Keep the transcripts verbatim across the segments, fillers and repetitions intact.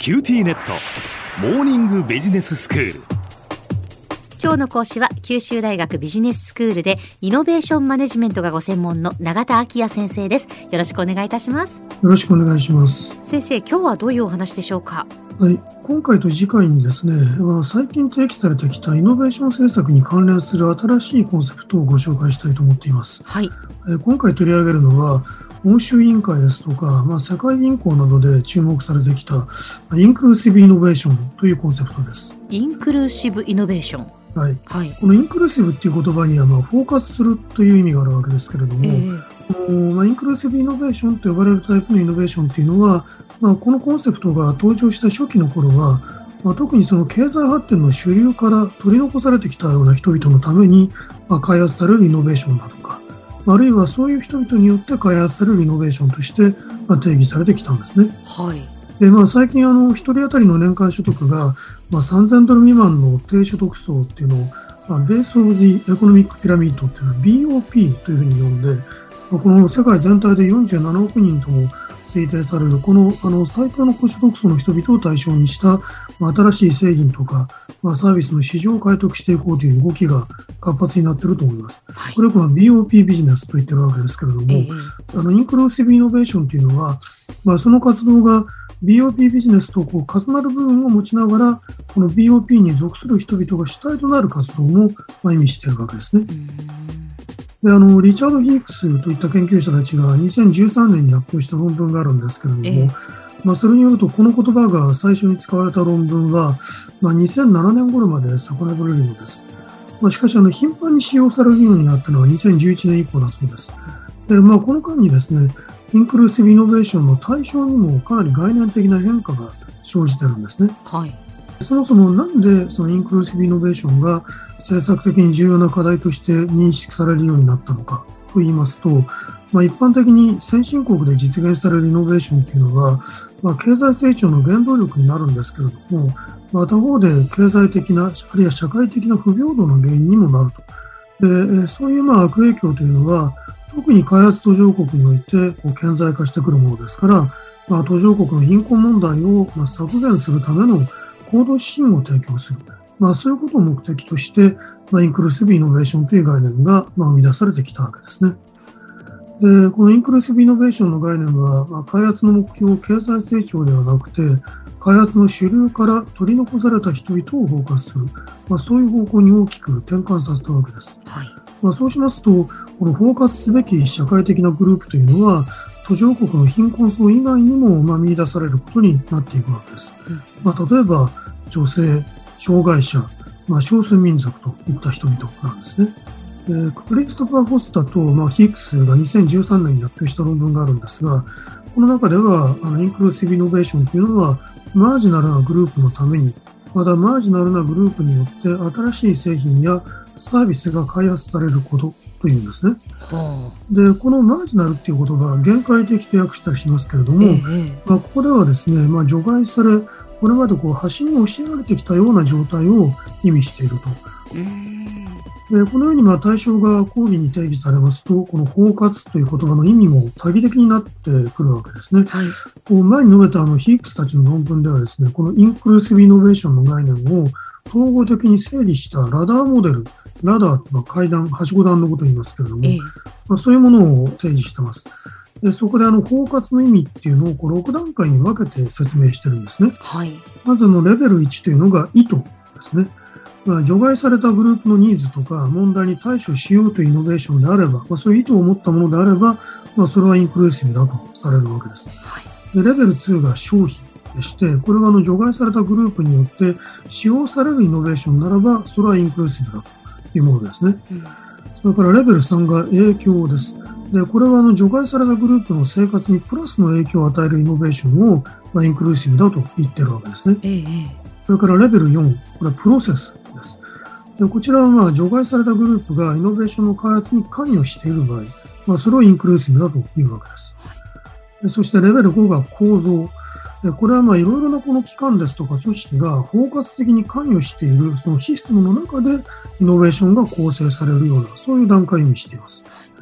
キューティーネットモーニングビジネススクール。 今日の講師は九州大学ビジネススクールでイノベーションマネジメントがご専門の永田昭也先生です。よろしくお願いいたします。 よろしくお願いします。 先生、今日はどういうお話でしょうか？ はい、今回と次回にですね、まあ、最近提起されてきたイノベーション政策に関連する新しいコンセプトをご紹介したいと思っています。 はい、 え今回取り上げるのは欧州委員会ですとか、まあ、世界銀行などで注目されてきたインクルーシブイノベーションというコンセプトです。 インクルーシブイノベーション、 はいはい、 このインクルーシブっていう言葉にはまあフォーカスするという意味があるわけですけれども、えーこのまあ、インクルーシブイノベーションと呼ばれるタイプのイノベーションというのは、まあ、このコンセプトが登場した初期の頃は、まあ、特にその経済発展の主流から取り残されてきたような人々のために、まあ、開発されるイノベーションだとか、あるいはそういう人々によって開発されるイノベーションとして、まあ、定義されてきたんですね。 はい。 でまあ、最近あのひとり当たりの年間所得が、まあ、さんぜんドル未満の低所得層っていうのを、まあ、ベースオブジエコノミックピラミッドっていうのは ビーオーピー というふうに呼んで、まあ、この世界全体でよんじゅうななおくにんとも推定されるこの、あの最低の高所得層の人々を対象にした、まあ、新しい製品とか、まあ、サービスの市場を開拓していこうという動きが活発になっていると思います。はい、これをまあ ビーオーピー ビジネスと言っているわけですけれども、えー、あのインクルーシブイノベーションというのは、まあ、その活動が ビーオーピー ビジネスとこう重なる部分を持ちながら、この ビーオーピー に属する人々が主体となる活動もまあ意味しているわけですね。であのリチャード・ヒークスといった研究者たちがにせんじゅうさんねんに発表した論文があるんですけれども、えーまあ、それによるとこの言葉が最初に使われた論文は、まあ、にせんななねん頃まで遡れるのです。まあ、しかしあの頻繁に使用されるようになったのはにせんじゅういちねん以降だそうです。で、まあ、この間にですね、インクルーシブイノベーションの対象にもかなり概念的な変化が生じているんですね。はい、そもそもなんでそのインクルーシブイノベーションが政策的に重要な課題として認識されるようになったのかと言いますと、まあ、一般的に先進国で実現されるイノベーションというのは、まあ、経済成長の原動力になるんですけれども、まあ、他方で経済的なあるいは社会的な不平等の原因にもなると。でそういうまあ悪影響というのは特に開発途上国においてこう顕在化してくるものですから、まあ、途上国の貧困問題をまあ削減するための行動指針を提供する、まあ、そういうことを目的として、まあ、インクルーシブイノベーションという概念がまあ生み出されてきたわけですね。でこのインクルーシブイノベーションの概念は、まあ、開発の目標、経済成長ではなくて、開発の主流から取り残された人々をフォーカスする、まあ、そういう方向に大きく転換させたわけです。はい、まあ、そうしますと、このフォーカスすべき社会的なグループというのは、途上国の貧困層以外にもまあ見出されることになっていくわけです。うんまあ、例えば、女性、障害者、まあ、少数民族といった人々なんですね。でクリストファー・フォスターと、まあ、ヒークスがにせんじゅうさんねんに発表した論文があるんですが、この中ではあのインクルーシブイノベーションというのはマージナルなグループのために、またマージナルなグループによって新しい製品やサービスが開発されることというんですね。はあ、でこのマージナルという言葉は限界的と訳したりしますけれども、ええまあ、ここではですね、まあ、除外されこれまでこう端に教えられてきたような状態を意味していると。でこのようにまあ対象が公義に定義されますと、この包括という言葉の意味も多義的になってくるわけですね。はい、こう前に述べたあのヒークスたちの論文ではですね、このインクルーシブイノベーションの概念を統合的に整理したラダーモデル、ラダーとは階段、はしご段のことを言いますけれども、ええまあ、そういうものを提示しています。でそこであの包括の意味っていうのをこうろく段階に分けて説明してるんですね。はい、まずのレベルいちというのが意図ですね。まあ、除外されたグループのニーズとか問題に対処しようというイノベーションであれば、まあ、そういう意図を持ったものであれば、まあ、それはインクルーシブだとされるわけです。はい、でレベルにが消費でして、これはあの除外されたグループによって使用されるイノベーションならば、それはインクルーシブだというものですね。うん、それからレベルさんが影響です。でこれはあの除外されたグループの生活にプラスの影響を与えるイノベーションを、まあ、インクルーシブだと言っているわけですね。ええ、それからレベルよん、これはプロセスです。でこちらはまあ除外されたグループがイノベーションの開発に関与している場合、まあ、それをインクルーシブだというわけです。でそしてレベルごが構造。でこれはまあいろいろなこの機関ですとか組織が包括的に関与しているそのシステムの中でイノベーションが構成されるような、そういう段階を意味しています。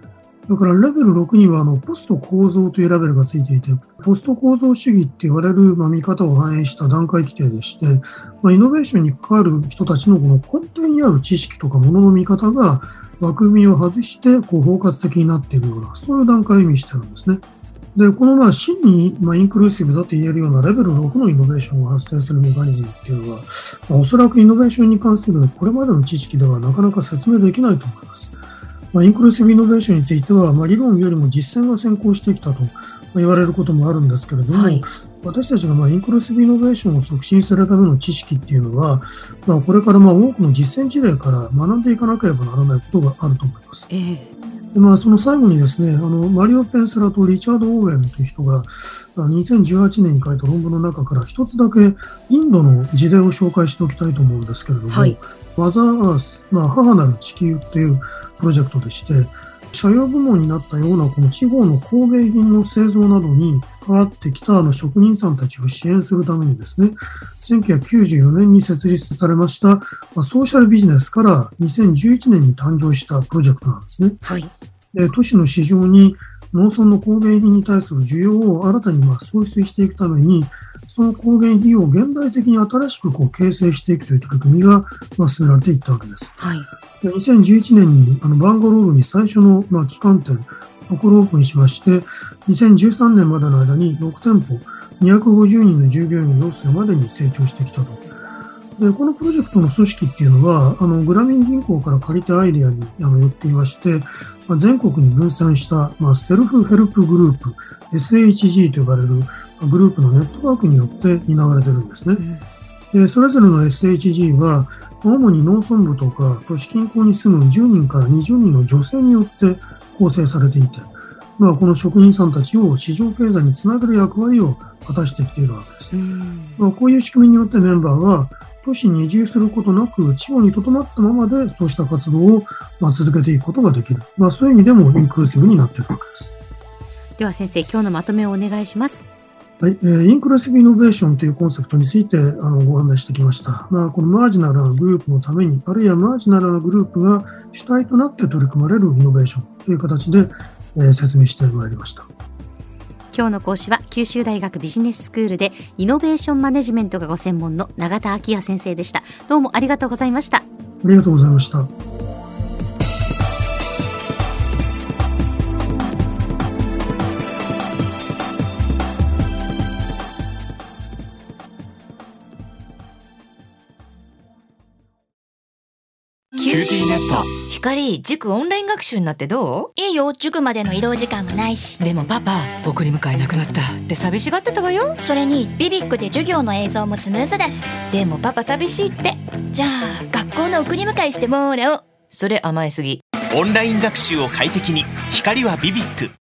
だからレベルろくにはあのポスト構造というラベルがついていて、ポスト構造主義って言われるまあ見方を反映した段階規定でして、まあ、イノベーションに関わる人たちのこの根底にある知識とかものの見方が枠組みを外してこう包括的になっているような、そういう段階を意味しているんですね。で、このまあ真にまあインクルーシブだと言えるようなレベルろくのイノベーションが発生するメカニズムっていうのは、まあ、おそらくイノベーションに関するこれまでの知識ではなかなか説明できないと思います。まあ、インクルーシブイノベーションについては、まあ、理論よりも実践が先行してきたと言われることもあるんですけれども、はい、私たちがまあインクルーシブイノベーションを促進するための知識っていうのは、まあ、これからまあ多くの実践事例から学んでいかなければならないことがあると思います。えーでまあ、その最後にですね、あのマリオ・ペンセラとリチャード・オーウェンという人がにせんじゅうはちねんに書いた論文の中から一つだけインドの事例を紹介しておきたいと思うんですけれども、はい、マザー・アース、まあ、母なる地球というプロジェクトでして、社用部門になったようなこの地方の工芸品の製造などに関わってきたあの職人さんたちを支援するためにですね、せんきゅうひゃくきゅうじゅうよねんに設立されました、まあ、ソーシャルビジネスからにせんじゅういちねんに誕生したプロジェクトなんですね。はい、で都市の市場に農村の工芸品に対する需要を新たにまあ創出していくために、その工芸品を現代的に新しくこう形成していくという取り組みがまあ進められていったわけです。はい、でにせんじゅういちねんにあのバンガロールに最初のまあ旗艦店、これをオープンしまして、にせんじゅうさんねんまでの間にろくてんぽ、にひゃくごじゅうにんの従業員を要するまでに成長してきたと。でこのプロジェクトの組織っていうのは、あのグラミン銀行から借りたアイデアにあの寄っていまして、まあ、全国に分散した、まあ、セルフヘルプグループ、エスエイチジー と呼ばれるグループのネットワークによって担われているんですね。でそれぞれの エスエイチジー は、主に農村部とか都市近郊に住むじゅうにんからにじゅうにんの女性によって構成されていて、まあ、この職人さんたちを市場経済につなげる役割を果たしてきているわけです。まあ、こういう仕組みによってメンバーは都市に移住することなく地方に留まったままでそうした活動をまあ続けていくことができる、まあ、そういう意味でもインクルーシブになっているわけです。 では先生、今日のまとめをお願いします。 はい、えー、インクルーシブイノベーションというコンセプトについてあのご案内してきました。まあ、このマージナルなグループのために、あるいはマージナルなグループが主体となって取り組まれるイノベーションという形で、えー、説明してまいりました。 今日の講師は九州大学ビジネススクールでイノベーションマネジメントがご専門の永田昭也先生でした。どうもありがとうございました。ありがとうございました。 キューティーネット。光、塾オンライン学習になってどう？ いいよ、塾までの移動時間もないし。 でもパパ、送り迎えなくなったって寂しがってたわよ。 それにビビックで授業の映像もスムーズだし。 でもパパ寂しいって。 じゃあ学校の送り迎えしてもらおう。 それ甘えすぎ。 オンライン学習を快適に、光はビビック。